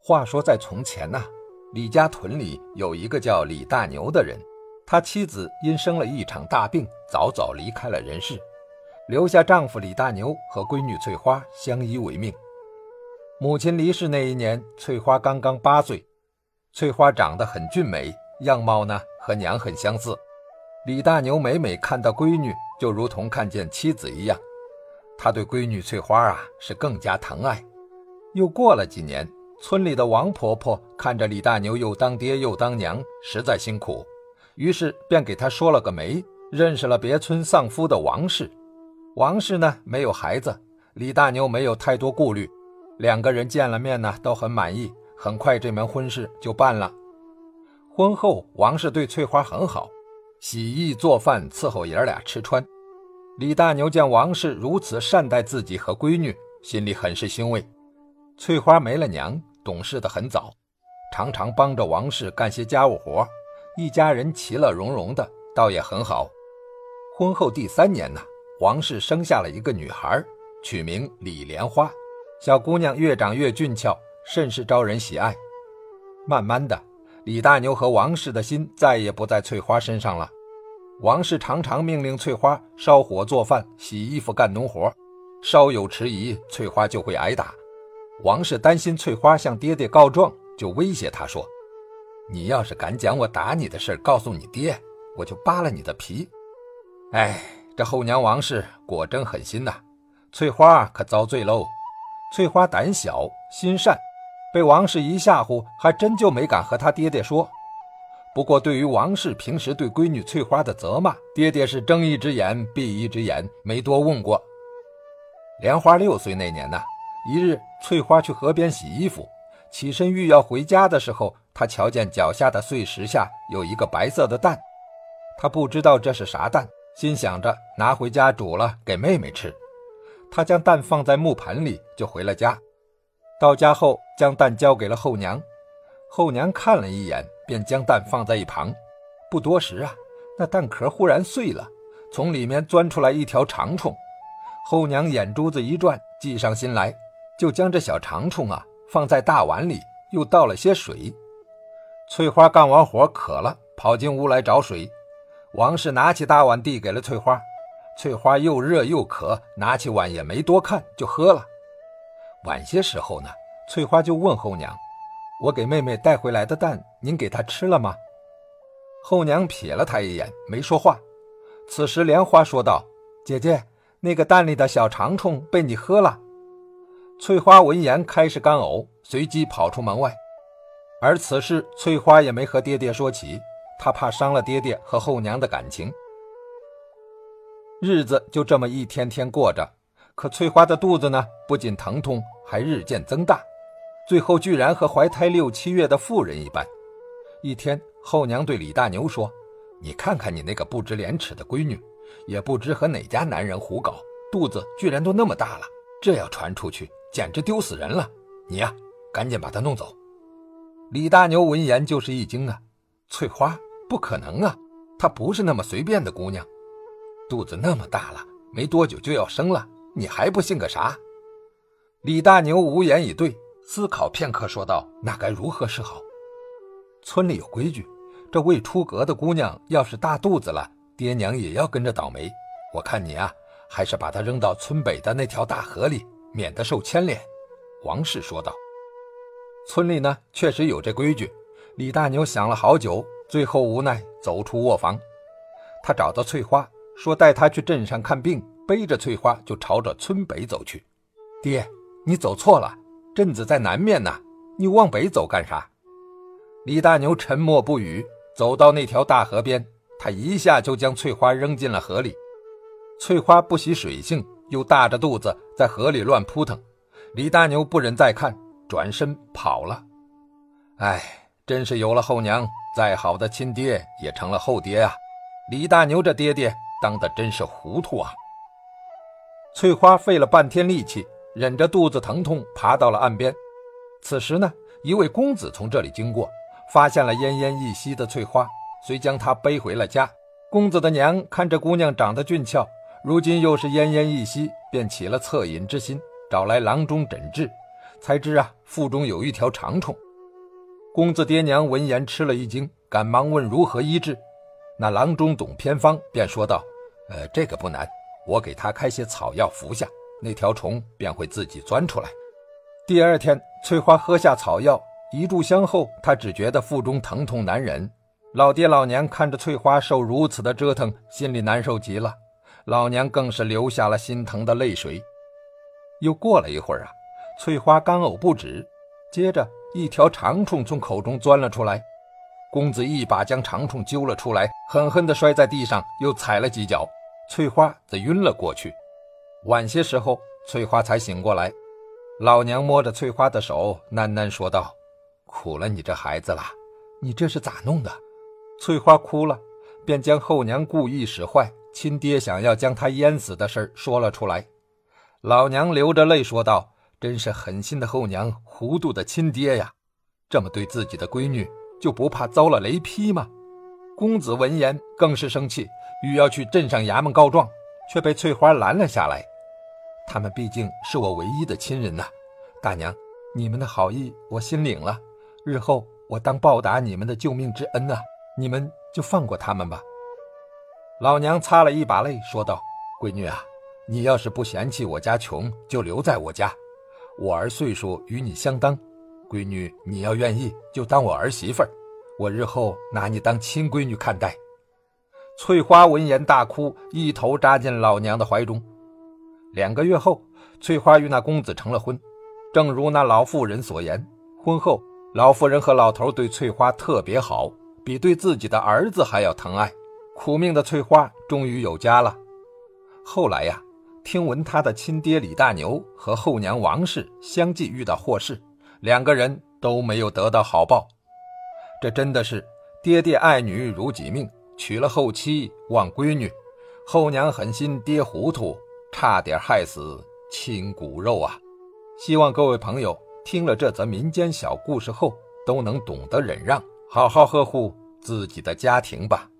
话说在从前李家屯里有一个叫李大牛的人，他妻子因生了一场大病，早早离开了人世，留下丈夫李大牛和闺女翠花相依为命。母亲离世那一年，翠花刚刚8岁。翠花长得很俊美，样貌呢和娘很相似。李大牛每每看到闺女，就如同看见妻子一样。他对闺女翠花是更加疼爱。又过了几年，村里的王婆婆看着李大牛又当爹又当娘，实在辛苦，于是便给他说了个媒，认识了别村丧夫的王氏。王氏呢没有孩子，李大牛没有太多顾虑，两个人见了面呢都很满意，很快这门婚事就办了。婚后王氏对翠花很好，洗衣做饭伺候爷俩吃穿。李大牛见王氏如此善待自己和闺女，心里很是欣慰。翠花没了娘，懂事得很早，常常帮着王氏干些家务活，一家人其乐融融的，倒也很好。婚后第3年王氏生下了一个女孩，取名李莲花。小姑娘越长越俊俏，甚是招人喜爱。慢慢的，李大牛和王氏的心再也不在翠花身上了。王氏常常命令翠花烧火做饭、洗衣服、干农活，稍有迟疑，翠花就会挨打。王氏担心翠花向爹爹告状，就威胁他说：你要是敢讲我打你的事告诉你爹，我就扒了你的皮。这后娘王氏果真狠心翠花可遭罪喽。翠花胆小心善，被王氏一吓唬，还真就没敢和他爹爹说。不过对于王氏平时对闺女翠花的责骂，爹爹是睁一只眼闭一只眼，没多问过。莲花6岁那年一日翠花去河边洗衣服，起身欲要回家的时候，她瞧见脚下的碎石下有一个白色的蛋。她不知道这是啥蛋，心想着拿回家煮了给妹妹吃。她将蛋放在木盆里就回了家。到家后将蛋交给了后娘，后娘看了一眼，便将蛋放在一旁。不多时那蛋壳忽然碎了，从里面钻出来一条长虫。后娘眼珠子一转，计上心来，就将这小长虫放在大碗里，又倒了些水。翠花干完活渴了，跑进屋来找水。王氏拿起大碗递给了翠花，翠花又热又渴，拿起碗也没多看就喝了。晚些时候翠花就问后娘：我给妹妹带回来的蛋，您给她吃了吗？后娘瞥了她一眼，没说话。此时莲花说道：姐姐，那个蛋里的小长虫被你喝了。翠花闻言开始干呕，随即跑出门外。而此事翠花也没和爹爹说起，她怕伤了爹爹和后娘的感情。日子就这么一天天过着，可翠花的肚子不仅疼痛，还日渐增大，最后居然和怀胎6、7月的妇人一般。一天，后娘对李大牛说：你看看你那个不知廉耻的闺女，也不知和哪家男人胡搞，肚子居然都那么大了，这要传出去简直丢死人了，你赶紧把她弄走。李大牛闻言就是一惊翠花不可能她不是那么随便的姑娘，肚子那么大了，没多久就要生了，你还不信个啥？李大牛无言以对，思考片刻说道：那该如何是好？村里有规矩，这未出阁的姑娘要是大肚子了，爹娘也要跟着倒霉。我看你还是把她扔到村北的那条大河里，免得受牵连。王氏说道。村里确实有这规矩。李大牛想了好久，最后无奈走出卧房。他找到翠花，说带她去镇上看病，背着翠花就朝着村北走去。爹，你走错了，镇子在南面你往北走干啥？李大牛沉默不语，走到那条大河边，他一下就将翠花扔进了河里。翠花不习水性，又大着肚子在河里乱扑腾。李大牛不忍再看，转身跑了。真是有了后娘，再好的亲爹也成了后爹李大牛这爹爹当得真是糊涂翠花费了半天力气，忍着肚子疼痛爬到了岸边。此时一位公子从这里经过，发现了奄奄一息的翠花，遂将她背回了家。公子的娘看这姑娘长得俊俏，如今又是奄奄一息，便起了恻隐之心，找来郎中诊治， 才知腹中有一条长虫。公子爹娘闻言吃了一惊，赶忙问如何医治。那郎中懂偏方，便说道：这个不难，我给他开些草药服下，那条虫便会自己钻出来。第二天，翠花喝下草药，一炷香后，她只觉得腹中疼痛难忍。老爹老娘看着翠花受如此的折腾，心里难受极了，老娘更是流下了心疼的泪水。又过了一会儿翠花干呕不止，接着一条长虫从口中钻了出来。公子一把将长虫揪了出来，狠狠地摔在地上，又踩了几脚，翠花则晕了过去。晚些时候，翠花才醒过来。老娘摸着翠花的手，喃喃说道：苦了你这孩子了，你这是咋弄的？翠花哭了，便将后娘故意使坏，亲爹想要将她淹死的事说了出来。老娘流着泪说道：真是狠心的后娘，糊涂的亲爹呀，这么对自己的闺女，就不怕遭了雷劈吗？公子闻言更是生气，欲要去镇上衙门告状，却被翠花拦了下来。他们毕竟是我唯一的亲人大娘，你们的好意我心领了，日后我当报答你们的救命之恩你们就放过他们吧。老娘擦了一把泪说道：闺女你要是不嫌弃我家穷，就留在我家，我儿岁数与你相当，闺女你要愿意就当我儿媳妇儿，我日后拿你当亲闺女看待。翠花闻言大哭，一头扎进老娘的怀中。2个月后，翠花与那公子成了婚。正如那老妇人所言，婚后老妇人和老头对翠花特别好，比对自己的儿子还要疼爱。苦命的翠花终于有家了。后来听闻他的亲爹李大牛和后娘王氏相继遇到祸事，2个人都没有得到好报。这真的是爹爹爱女如己命，娶了后妻忘闺女，后娘狠心爹糊涂，差点害死亲骨肉希望各位朋友听了这则民间小故事后，都能懂得忍让，好好呵护自己的家庭吧。